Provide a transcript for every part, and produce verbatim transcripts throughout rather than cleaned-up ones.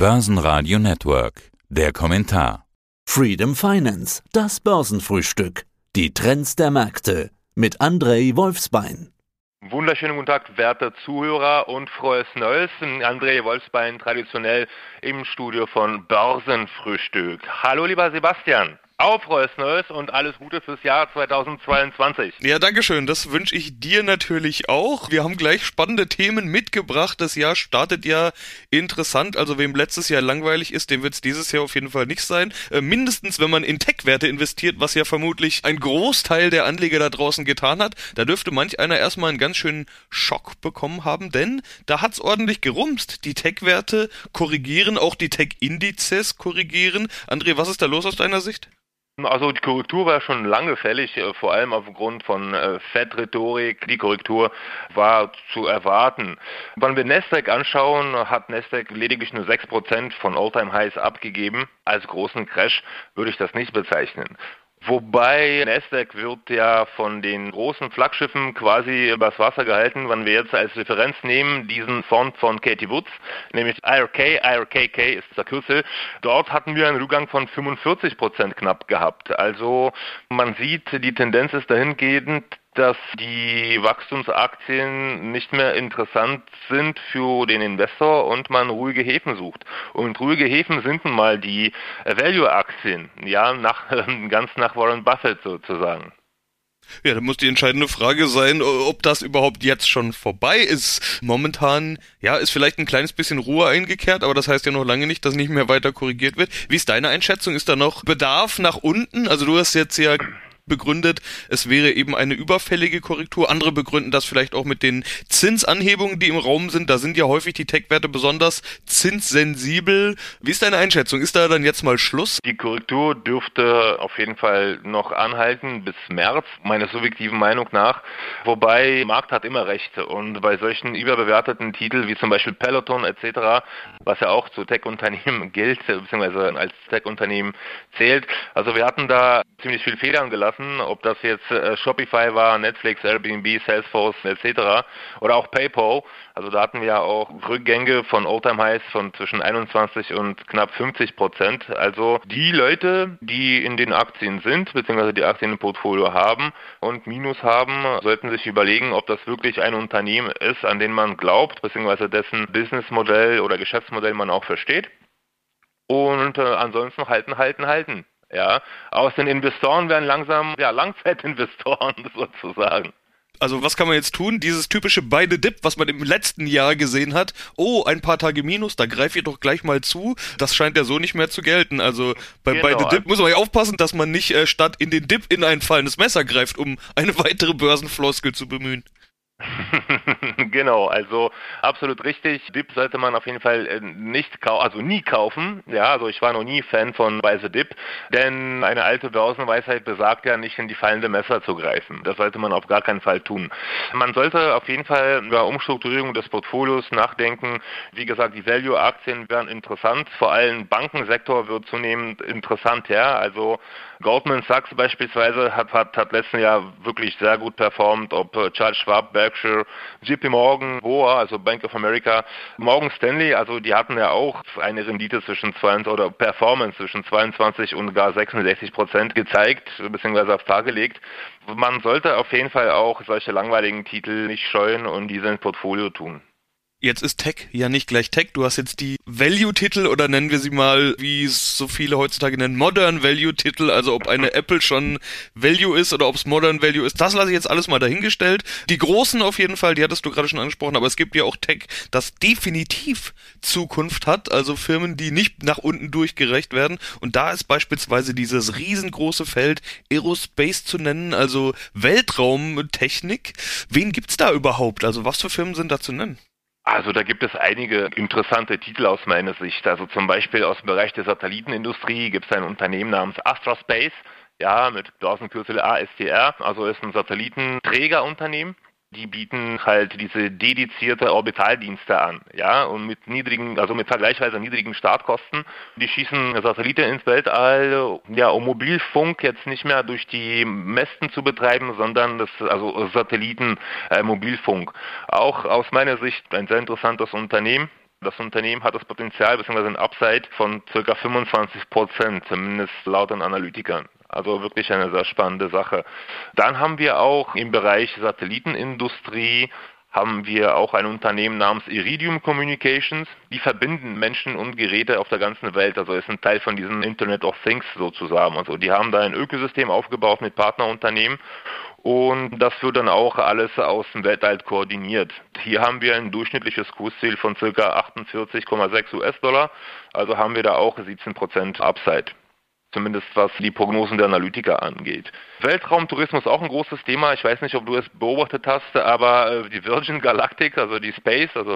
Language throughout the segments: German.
Börsenradio Network. Der Kommentar. Freedom Finance, das Börsenfrühstück. Die Trends der Märkte mit André Wolfsbein. Wunderschönen guten Tag, werte Zuhörer und frohes Neues. André Wolfsbein traditionell im Studio von Börsenfrühstück. Hallo lieber Sebastian. Auf frohes Neues und alles Gute fürs Jahr zweitausendzweiundzwanzig. Ja, dankeschön. Das wünsche ich dir natürlich auch. Wir haben gleich spannende Themen mitgebracht. Das Jahr startet ja interessant. Also wem letztes Jahr langweilig ist, dem wird es dieses Jahr auf jeden Fall nicht sein. Äh, mindestens, wenn man in Tech-Werte investiert, was ja vermutlich ein Großteil der Anleger da draußen getan hat. Da dürfte manch einer erstmal einen ganz schönen Schock bekommen haben, denn da hat's ordentlich gerumst. Die Tech-Werte korrigieren, auch die Tech-Indizes korrigieren. André, was ist da los aus deiner Sicht? Also die Korrektur war schon lange fällig, vor allem aufgrund von äh, Fed-Rhetorik. Die Korrektur war zu erwarten. Wenn wir Nasdaq anschauen, hat Nasdaq lediglich nur sechs Prozent von All-Time-Highs abgegeben. Als großen Crash würde ich das nicht bezeichnen. Wobei Nasdaq wird ja von den großen Flaggschiffen quasi übers Wasser gehalten, wenn wir jetzt als Referenz nehmen diesen Fonds von Cathie Woods, nämlich I R K, I R K K ist der Kürzel. Dort hatten wir einen Rückgang von fünfundvierzig Prozent knapp gehabt. Also man sieht, die Tendenz ist dahingehend, dass die Wachstumsaktien nicht mehr interessant sind für den Investor und man ruhige Häfen sucht. Und ruhige Häfen sind nun mal die Value-Aktien, ja, nach, ganz nach Warren Buffett sozusagen. Ja, da muss die entscheidende Frage sein, ob das überhaupt jetzt schon vorbei ist. Momentan, ja, ist vielleicht ein kleines bisschen Ruhe eingekehrt, aber das heißt ja noch lange nicht, dass nicht mehr weiter korrigiert wird. Wie ist deine Einschätzung? Ist da noch Bedarf nach unten? Also du hast jetzt ja begründet, es wäre eben eine überfällige Korrektur. Andere begründen das vielleicht auch mit den Zinsanhebungen, die im Raum sind. Da sind ja häufig die Tech-Werte besonders zinssensibel. Wie ist deine Einschätzung? Ist da dann jetzt mal Schluss? Die Korrektur dürfte auf jeden Fall noch anhalten bis März, meiner subjektiven Meinung nach. Wobei, der Markt hat immer recht. Und bei solchen überbewerteten Titeln wie zum Beispiel Peloton et cetera, was ja auch zu Tech-Unternehmen gilt, beziehungsweise als Tech-Unternehmen zählt. Also wir hatten da ziemlich viel Federn gelassen. Ob das jetzt äh, Shopify war, Netflix, Airbnb, Salesforce et cetera oder auch PayPal. Also da hatten wir ja auch Rückgänge von All-Time-Highs von zwischen einundzwanzig und knapp fünfzig Prozent. Also die Leute, die in den Aktien sind, beziehungsweise die Aktien im Portfolio haben und Minus haben, sollten sich überlegen, ob das wirklich ein Unternehmen ist, an den man glaubt, beziehungsweise dessen Businessmodell oder Geschäftsmodell man auch versteht. Und äh, ansonsten halten, halten, halten. Ja, aus den Investoren werden langsam, ja, Langzeitinvestoren sozusagen. Also was kann man jetzt tun? Dieses typische Buy the Dip, was man im letzten Jahr gesehen hat. Oh, ein paar Tage Minus, da greife ich doch gleich mal zu. Das scheint ja so nicht mehr zu gelten. Also bei genau. Buy the Dip muss man ja aufpassen, dass man nicht äh, statt in den Dip in ein fallendes Messer greift, um eine weitere Börsenfloskel zu bemühen. Genau, also absolut richtig. Dip sollte man auf jeden Fall nicht kaufen, also nie kaufen. Ja, also ich war noch nie Fan von Buy the Dip, denn eine alte Börsenweisheit besagt ja, nicht in die fallende Messer zu greifen. Das sollte man auf gar keinen Fall tun. Man sollte auf jeden Fall über Umstrukturierung des Portfolios nachdenken. Wie gesagt, die Value-Aktien werden interessant, vor allem Bankensektor wird zunehmend interessant, ja, also Goldman Sachs beispielsweise hat, hat, hat letzten Jahr wirklich sehr gut performt, ob Charles Schwab, Berkshire, J P Morgan, B O A, also Bank of America, Morgan Stanley, also die hatten ja auch eine Rendite zwischen zweiundzwanzig oder Performance zwischen zweiundzwanzig und gar sechsundsechzig Prozent gezeigt, beziehungsweise aufs Tag gelegt. Man sollte auf jeden Fall auch solche langweiligen Titel nicht scheuen und diese ins Portfolio tun. Jetzt ist Tech ja nicht gleich Tech. Du hast jetzt die Value-Titel oder nennen wir sie mal, wie es so viele heutzutage nennen, Modern Value-Titel. Also ob eine Apple schon Value ist oder ob es Modern Value ist, das lasse ich jetzt alles mal dahingestellt. Die großen auf jeden Fall, die hattest du gerade schon angesprochen, aber es gibt ja auch Tech, das definitiv Zukunft hat. Also Firmen, die nicht nach unten durchgereicht werden. Und da ist beispielsweise dieses riesengroße Feld Aerospace zu nennen, also Weltraumtechnik. Wen gibt's da überhaupt? Also was für Firmen sind da zu nennen? Also da gibt es einige interessante Titel aus meiner Sicht. Also zum Beispiel aus dem Bereich der Satellitenindustrie gibt es ein Unternehmen namens Astrospace, ja, mit Börsenkürzel A S T R, also ist ein Satellitenträgerunternehmen. Die bieten halt diese dedizierte Orbitaldienste an, ja, und mit niedrigen, also mit vergleichsweise niedrigen Startkosten. Die schießen Satelliten ins Weltall, ja, um Mobilfunk jetzt nicht mehr durch die Mästen zu betreiben, sondern das, also Satelliten, äh, Mobilfunk. Auch aus meiner Sicht ein sehr interessantes Unternehmen. Das Unternehmen hat das Potenzial bzw. ein Upside von ca. fünfundzwanzig Prozent, zumindest laut den Analytikern. Also wirklich eine sehr spannende Sache. Dann haben wir auch im Bereich Satellitenindustrie haben wir auch ein Unternehmen namens Iridium Communications. Die verbinden Menschen und Geräte auf der ganzen Welt. Also ist ein Teil von diesem Internet of Things sozusagen. Also die haben da ein Ökosystem aufgebaut mit Partnerunternehmen. Und das wird dann auch alles aus dem Weltall koordiniert. Hier haben wir ein durchschnittliches Kursziel von ca. achtundvierzig Komma sechs US-Dollar. Also haben wir da auch siebzehn Prozent Upside. Zumindest was die Prognosen der Analytiker angeht. Weltraumtourismus auch ein großes Thema. Ich weiß nicht, ob du es beobachtet hast, aber die Virgin Galactic, also die Space, also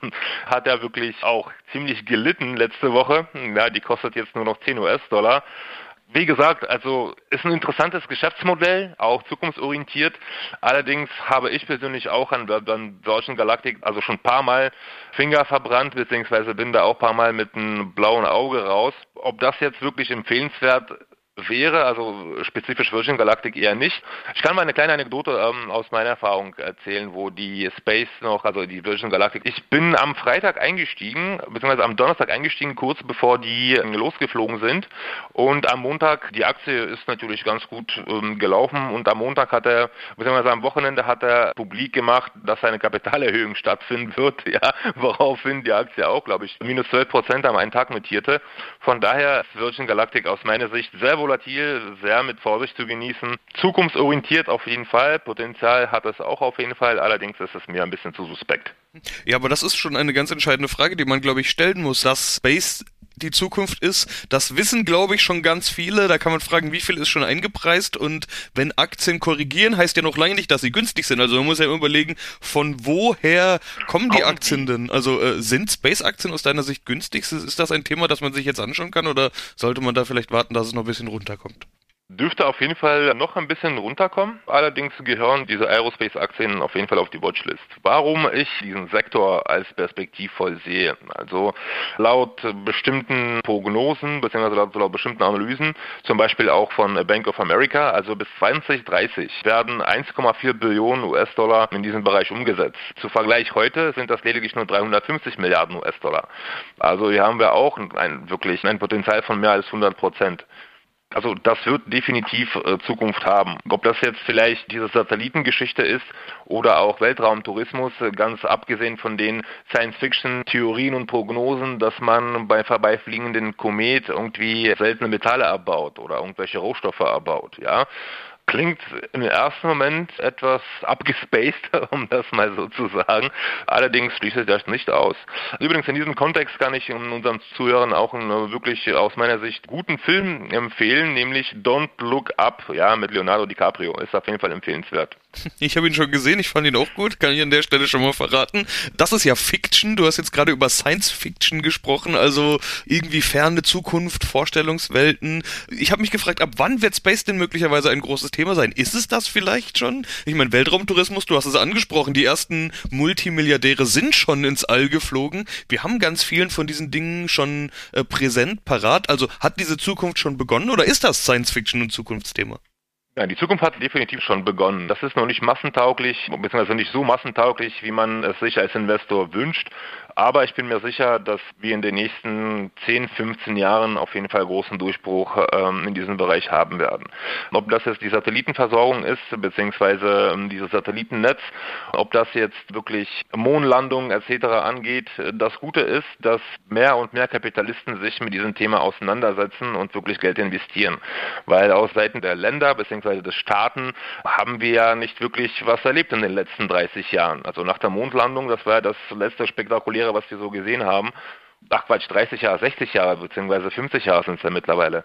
hat ja wirklich auch ziemlich gelitten letzte Woche. Ja, die kostet jetzt nur noch zehn US-Dollar. Wie gesagt, also ist ein interessantes Geschäftsmodell, auch zukunftsorientiert. Allerdings habe ich persönlich auch an, an Virgin Galactic also schon ein paar Mal Finger verbrannt, beziehungsweise bin da auch ein paar Mal mit einem blauen Auge raus. Ob das jetzt wirklich empfehlenswert wäre, also spezifisch Virgin Galactic eher nicht. Ich kann mal eine kleine Anekdote ähm, aus meiner Erfahrung erzählen, wo die Space noch, also die Virgin Galactic, ich bin am Freitag eingestiegen, beziehungsweise am Donnerstag eingestiegen, kurz bevor die äh, losgeflogen sind, und am Montag, die Aktie ist natürlich ganz gut ähm, gelaufen, und am Montag hat er, beziehungsweise am Wochenende hat er publik gemacht, dass eine Kapitalerhöhung stattfinden wird, ja, woraufhin die Aktie auch, glaube ich, minus zwölf Prozent am einen Tag notierte. Von daher ist Virgin Galactic aus meiner Sicht sehr volatil, sehr mit Vorsicht zu genießen. Zukunftsorientiert auf jeden Fall. Potenzial hat es auch auf jeden Fall. Allerdings ist es mir ein bisschen zu suspekt. Ja, aber das ist schon eine ganz entscheidende Frage, die man, glaube ich, stellen muss. Dass Space die Zukunft ist, das wissen, glaube ich, schon ganz viele. Da kann man fragen, wie viel ist schon eingepreist, und wenn Aktien korrigieren, heißt ja noch lange nicht, dass sie günstig sind. Also man muss ja immer überlegen, von woher kommen die Aktien denn? Also äh, sind Space-Aktien aus deiner Sicht günstig? Ist das ein Thema, das man sich jetzt anschauen kann, oder sollte man da vielleicht warten, dass es noch ein bisschen runterkommt? Dürfte auf jeden Fall noch ein bisschen runterkommen. Allerdings gehören diese Aerospace-Aktien auf jeden Fall auf die Watchlist. Warum ich diesen Sektor als perspektivvoll sehe? Also laut bestimmten Prognosen bzw. laut, laut bestimmten Analysen, zum Beispiel auch von Bank of America, also bis zwanzig dreißig werden eins Komma vier Billionen US-Dollar in diesem Bereich umgesetzt. Zu Vergleich heute sind das lediglich nur dreihundertfünfzig Milliarden US-Dollar. Also hier haben wir auch ein, wirklich ein Potenzial von mehr als hundert Prozent. Also das wird definitiv äh, Zukunft haben. Ob das jetzt vielleicht diese Satellitengeschichte ist oder auch Weltraumtourismus, äh, ganz abgesehen von den Science-Fiction-Theorien und Prognosen, dass man bei vorbeifliegenden Komet irgendwie seltene Metalle abbaut oder irgendwelche Rohstoffe abbaut, ja. Klingt im ersten Moment etwas abgespaced, um das mal so zu sagen. Allerdings schließt es das nicht aus. Übrigens, in diesem Kontext kann ich unseren Zuhörern auch einen wirklich aus meiner Sicht guten Film empfehlen, nämlich Don't Look Up, ja, mit Leonardo DiCaprio. Ist auf jeden Fall empfehlenswert. Ich habe ihn schon gesehen, ich fand ihn auch gut, kann ich an der Stelle schon mal verraten. Das ist ja Fiction, du hast jetzt gerade über Science-Fiction gesprochen, also irgendwie ferne Zukunft, Vorstellungswelten. Ich habe mich gefragt, ab wann wird Space denn möglicherweise ein großes Thema sein? Ist es das vielleicht schon? Ich meine, Weltraumtourismus, du hast es angesprochen, die ersten Multimilliardäre sind schon ins All geflogen. Wir haben ganz vielen von diesen Dingen schon äh, präsent, parat. Also hat diese Zukunft schon begonnen, oder ist das Science-Fiction und Zukunftsthema? Ja, die Zukunft hat definitiv schon begonnen. Das ist noch nicht massentauglich, beziehungsweise nicht so massentauglich, wie man es sich als Investor wünscht. Aber ich bin mir sicher, dass wir in den nächsten zehn, fünfzehn Jahren auf jeden Fall großen Durchbruch ähm, in diesem Bereich haben werden. Ob das jetzt die Satellitenversorgung ist, beziehungsweise ähm, dieses Satellitennetz, ob das jetzt wirklich Mondlandungen et cetera angeht. Das Gute ist, dass mehr und mehr Kapitalisten sich mit diesem Thema auseinandersetzen und wirklich Geld investieren. Weil aus Seiten der Länder beziehungsweise des Staaten haben wir ja nicht wirklich was erlebt in den letzten dreißig Jahren. Also nach der Mondlandung, das war ja das letzte spektakuläre, was wir so gesehen haben. Ach Quatsch, dreißig Jahre, sechzig Jahre, beziehungsweise fünfzig Jahre sind es ja mittlerweile.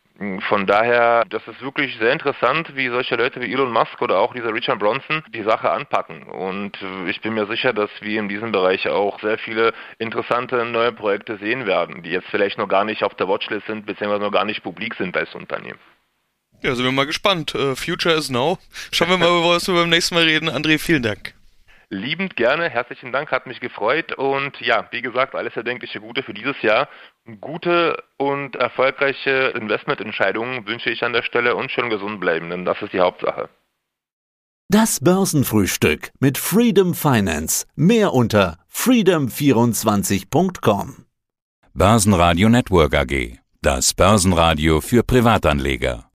Von daher, das ist wirklich sehr interessant, wie solche Leute wie Elon Musk oder auch dieser Richard Branson die Sache anpacken. Und ich bin mir sicher, dass wir in diesem Bereich auch sehr viele interessante neue Projekte sehen werden, die jetzt vielleicht noch gar nicht auf der Watchlist sind, beziehungsweise noch gar nicht publik sind als Unternehmen. Ja, sind wir mal gespannt. Uh, future is now. Schauen wir mal, über was wir beim nächsten Mal reden. André, vielen Dank. Liebend gerne, herzlichen Dank, hat mich gefreut, und ja, wie gesagt, alles erdenkliche Gute für dieses Jahr. Gute und erfolgreiche Investmententscheidungen wünsche ich an der Stelle, und schön gesund bleiben, denn das ist die Hauptsache. Das Börsenfrühstück mit Freedom Finance. Mehr unter freedom vierundzwanzig punkt com. Börsenradio Network A G. Das Börsenradio für Privatanleger.